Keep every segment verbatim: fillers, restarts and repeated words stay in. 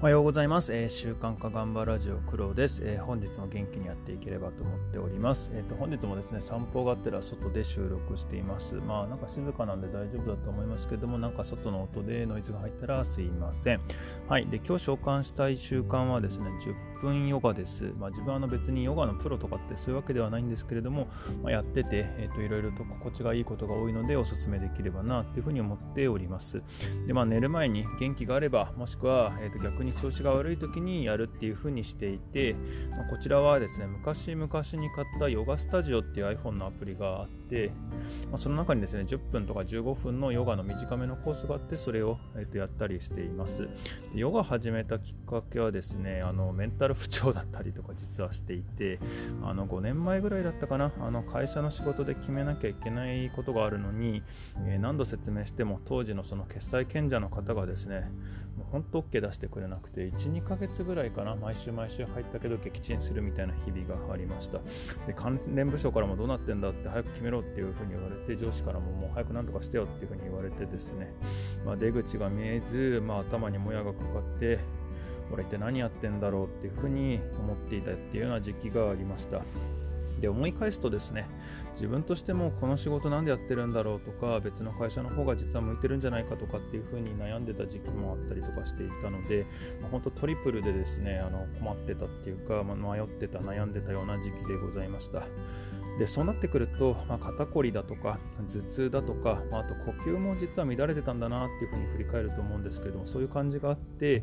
おはようございます、えー、習慣化頑張ラジオ黒です、えー、本日も元気にやっていければと思っております、えー、と本日もですね散歩がてら外で収録しています。まあなんか静かなんで大丈夫だと思いますけども、なんか外の音でノイズが入ったらすいません。はい。で今日紹介したい習慣はですねじゅっぷんヨガです。まあ自分はあの別にヨガのプロとかってそういうわけではないんですけれども、まあ、やってて、えー、といろいろと心地がいいことが多いのでお勧めできればなというふうに思っております。でまあ寝る前に元気があれば、もしくは、えー、と逆に調子が悪い時にやるっていう風にしていて、まあ、こちらはですね昔々に買ったヨガスタジオっていう iPhone のアプリがあって、まあ、その中にですねじゅっぷんとかじゅうごふんのヨガの短めのコースがあって、それを、えー、とやったりしています。ヨガ始めたきっかけはですねあのメンタル不調だったりとか実はしていて、あのごねんまえぐらいだったかな、あの会社の仕事で決めなきゃいけないことがあるのに、えー、何度説明しても当時のその決済権者の方がですねもう本当 OK 出してくれなくて、いち、にかげつぐらいかな、毎週毎週入ったけど撃沈するみたいな日々がありました。で関連部署からもどうなってんだって早く決めろっていうふうに言われて、上司からももう早くなんとかしてよっていうふうに言われてですね、まあ、出口が見えず、まあ、頭にもやがかかって、俺って何やってんだろうっていうふうに思っていたっていうような時期がありました。で思い返すとですね、自分としてもこの仕事なんでやってるんだろうとか、別の会社の方が実は向いてるんじゃないかとかっていう風に悩んでた時期もあったりとかしていたので、まあ、本当トリプルでですねあの困ってたっていうか、まあ、迷ってた悩んでたような時期でございました。でそうなってくると、まあ、肩こりだとか頭痛だとか、まあ、あと呼吸も実は乱れてたんだなっていうふうに振り返ると思うんですけれども、そういう感じがあって、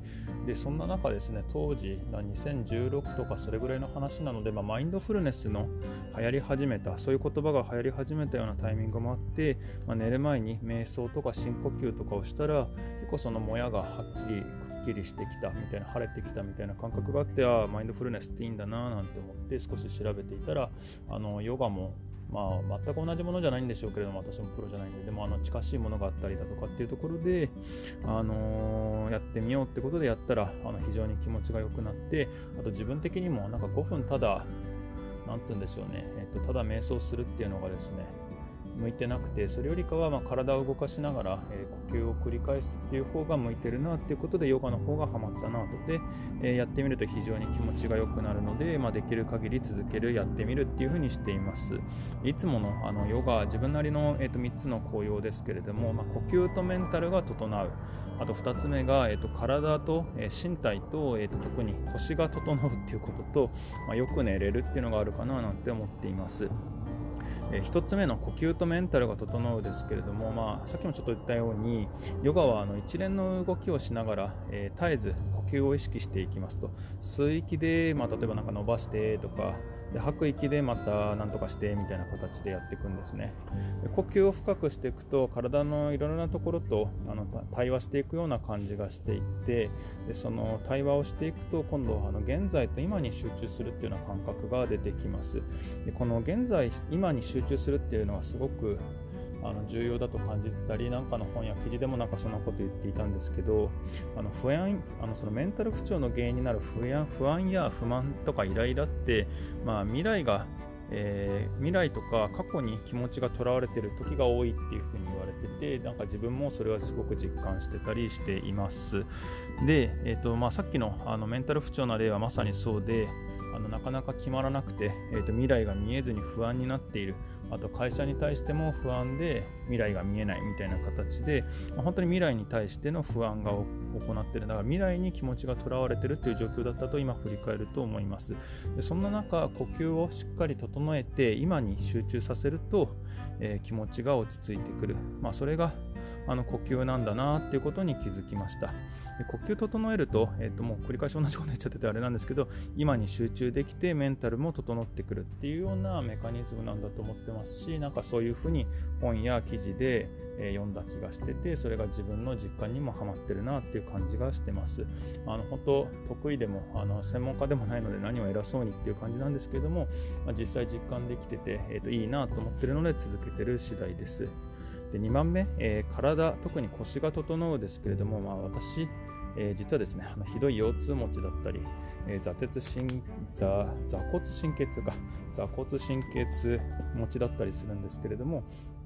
でそんな中ですね、当時にせんじゅうろくとかそれぐらいの話なので、まあ、マインドフルネスの流行り始めた、そういう言葉が流行り始めたようなタイミングもあって、まあ、寝る前に瞑想とか深呼吸とかをしたら、結構そのもやがはっきりくっきりしてきたみたいな、晴れてきたみたいな感覚があって、あマインドフルネスっていいんだななんて思って少し調べていたら、あのヨガもまあ、全く同じものじゃないんでしょうけれども、私もプロじゃないんで、でもあの近しいものがあったりだとかっていうところで、あのー、やってみようってことでやったら、あの非常に気持ちが良くなって、あと自分的にもなんかごふんただなんつうんでしょうね、えっと、ただ瞑想するっていうのがですね向いてなくて、それよりかはまあ体を動かしながら、えー、呼吸を繰り返すっていう方が向いてるなっていうことで、ヨガの方がハマったなと。で、えー、やってみると非常に気持ちが良くなるので、まあ、できる限り続ける、やってみるっていう風にしています。いつものあのヨガ、自分なりの、えー、とみっつの効用ですけれども、まあ、呼吸とメンタルが整う、あとふたつめが、えー、と体と、えー、身体と、えー、と特に腰が整うっていうことと、まあ、よく寝れるっていうのがあるかななんて思っています。えー、ひとつめの呼吸とメンタルが整うですけれども、まあ、さっきもちょっと言ったように、ヨガはあの一連の動きをしながら、えー、絶えず呼吸を意識していきますと、吸う息で、まあ、例えばなんか伸ばしてとかで、吐く息でまた何とかしてみたいな形でやっていくんですね。で呼吸を深くしていくと、体のいろいろなところとあの対話していくような感じがしていて、でその対話をしていくと、今度あの現在と今に集中するっていうような感覚が出てきます。でこの現在今に集中するっていうのはすごくあの重要だと感じてたり、なんかの本や記事でもなんかそんなこと言っていたんですけど、あの不安あのそのメンタル不調の原因になる不安、不安や不満とかイライラって、まあ、未来が、えー、未来とか過去に気持ちがとらわれている時が多いっていうふうに言われてて、なんか自分もそれはすごく実感してたりしています。で、えーとまあ、さっき の, あのメンタル不調の例はまさにそうで、あのなかなか決まらなくて、えーと未来が見えずに不安になっている、あと会社に対しても不安で未来が見えないみたいな形で、まあ、本当に未来に対しての不安が行っている、だから未来に気持ちがとらわれているという状況だったと今振り返ると思います。でそんな中、呼吸をしっかり整えて今に集中させると、えー、気持ちが落ち着いてくる、まあ、それがあの呼吸なんだなっていうことに気づきました。で呼吸整えると、えー、ともう繰り返し同じこと言っちゃっててあれなんですけど、今に集中できてメンタルも整ってくるっていうようなメカニズムなんだと思ってますし、なんかそういうふうに本や記事で、えー、読んだ気がしてて、それが自分の実感にもハマってるなっていう感じがしてます。あの本当得意でもあの専門家でもないので何を偉そうにっていう感じなんですけども、まあ、実際実感できてて、えー、といいなと思ってるので続けてる次第です。でにばんめ、えー、体、特に腰が整うですけれども、まあ、私、えー、実はですね、あのひどい腰痛持ちだったり、えー、座骨神座座骨神経痛か座骨神経痛持ちだったりするんですけれども、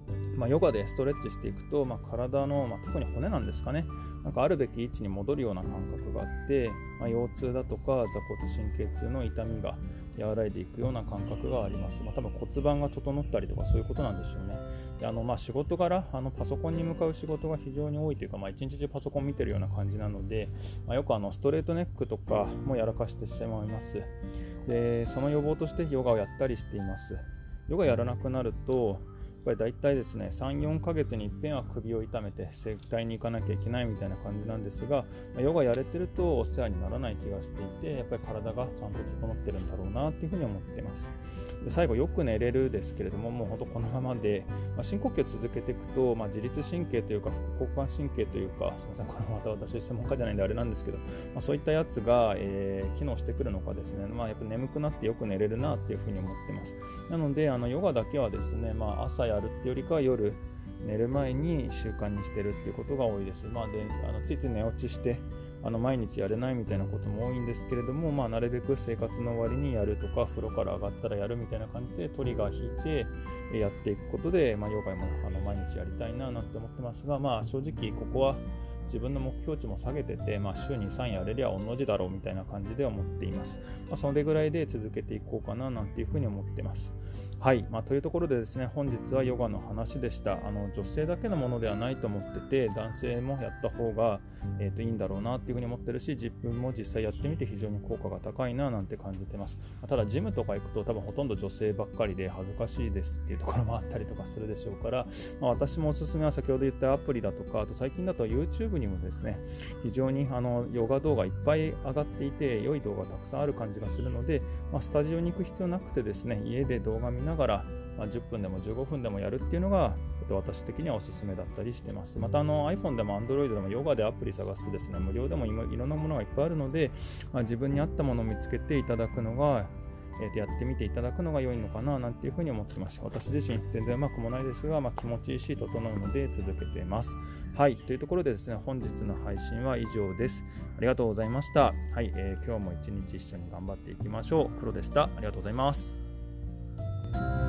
まあ、ヨガでストレッチしていくと、まあ、体の、まあ、特に骨なんですかね、なんかあるべき位置に戻るような感覚があって、まあ、腰痛だとか座骨神経痛の痛みが和らいでいくような感覚があります。まあ、多分骨盤が整ったりとかそういうことなんでしょうね。であのまあ仕事柄あのパソコンに向かう仕事が非常に多いというか、まあ、一日中パソコン見てるような感じなので、まあ、よくあのストレートネックとかもやらかしてしまいます。でその予防としてヨガをやったりしています。ヨガやらなくなるとやっぱり大体ですね さん、よんかげつに一遍は首を痛めて整体に行かなきゃいけないみたいな感じなんですが、ヨガやれてるとお世話にならない気がしていて、やっぱり体がちゃんと整ってるんだろうなというふうに思っています。で最後よく寝れるですけれども、もうほんとこのままで、まあ、深呼吸を続けていくと、まあ、自律神経というか副交感神経というか、すみませんこれまた私専門家じゃないんであれなんですけど、まあ、そういったやつが、えー、機能してくるのかですね、まあ、やっぱ眠くなってよく寝れるなっていうふうに思ってます。なのであのヨガだけはですね、まあ、朝やるっていうよりかは夜寝る前に習慣にしてるっていうことが多いです。まあ、であのついつい寝落ちしてあの毎日やれないみたいなことも多いんですけれども、まあ、なるべく生活の終わりにやるとか風呂から上がったらやるみたいな感じでトリガー引いてやっていくことで、まあ、ヨガもあの毎日やりたいななんて思ってますが、まあ、正直ここは自分の目標値も下げてて、まあ、週にさんやれりゃ同じだろうみたいな感じで思っています。まあ、それぐらいで続けていこうかななんていうふうに思っています。はい、まあ、というところでですね、本日はヨガの話でした。あの女性だけのものではないと思ってて、男性もやった方が、えー、といいんだろうなっていうふうに思ってるし、自分も実際やってみて非常に効果が高いななんて感じてます。まあ、ただジムとか行くと多分ほとんど女性ばっかりで恥ずかしいですっていうところもあったりとかするでしょうから、まあ、私もおすすめは先ほど言ったアプリだとか、あと最近だと YouTube にもですね、非常にあのヨガ動画いっぱい上がっていて、良い動画たくさんある感じがするので、まあ、スタジオに行く必要なくてですね、家で動画見ながら、まあ、じゅっぷんでもじゅうごふんでもやるっていうのが私的にはおすすめだったりしてます。またあの iPhone でも Android でもヨガでアプリ探すとですね、無料でもいろんなものがいっぱいあるので、まあ、自分に合ったものを見つけていただくのがえー、やってみていただくのが良いのかななんていうふうに思ってます。私自身全然うまくもないですが、まあ、気持ちいいし整うので続けています。はい、というところでですね、本日の配信は以上です。ありがとうございました。はい、えー、今日も一日一緒に頑張っていきましょう。黒でした。ありがとうございます。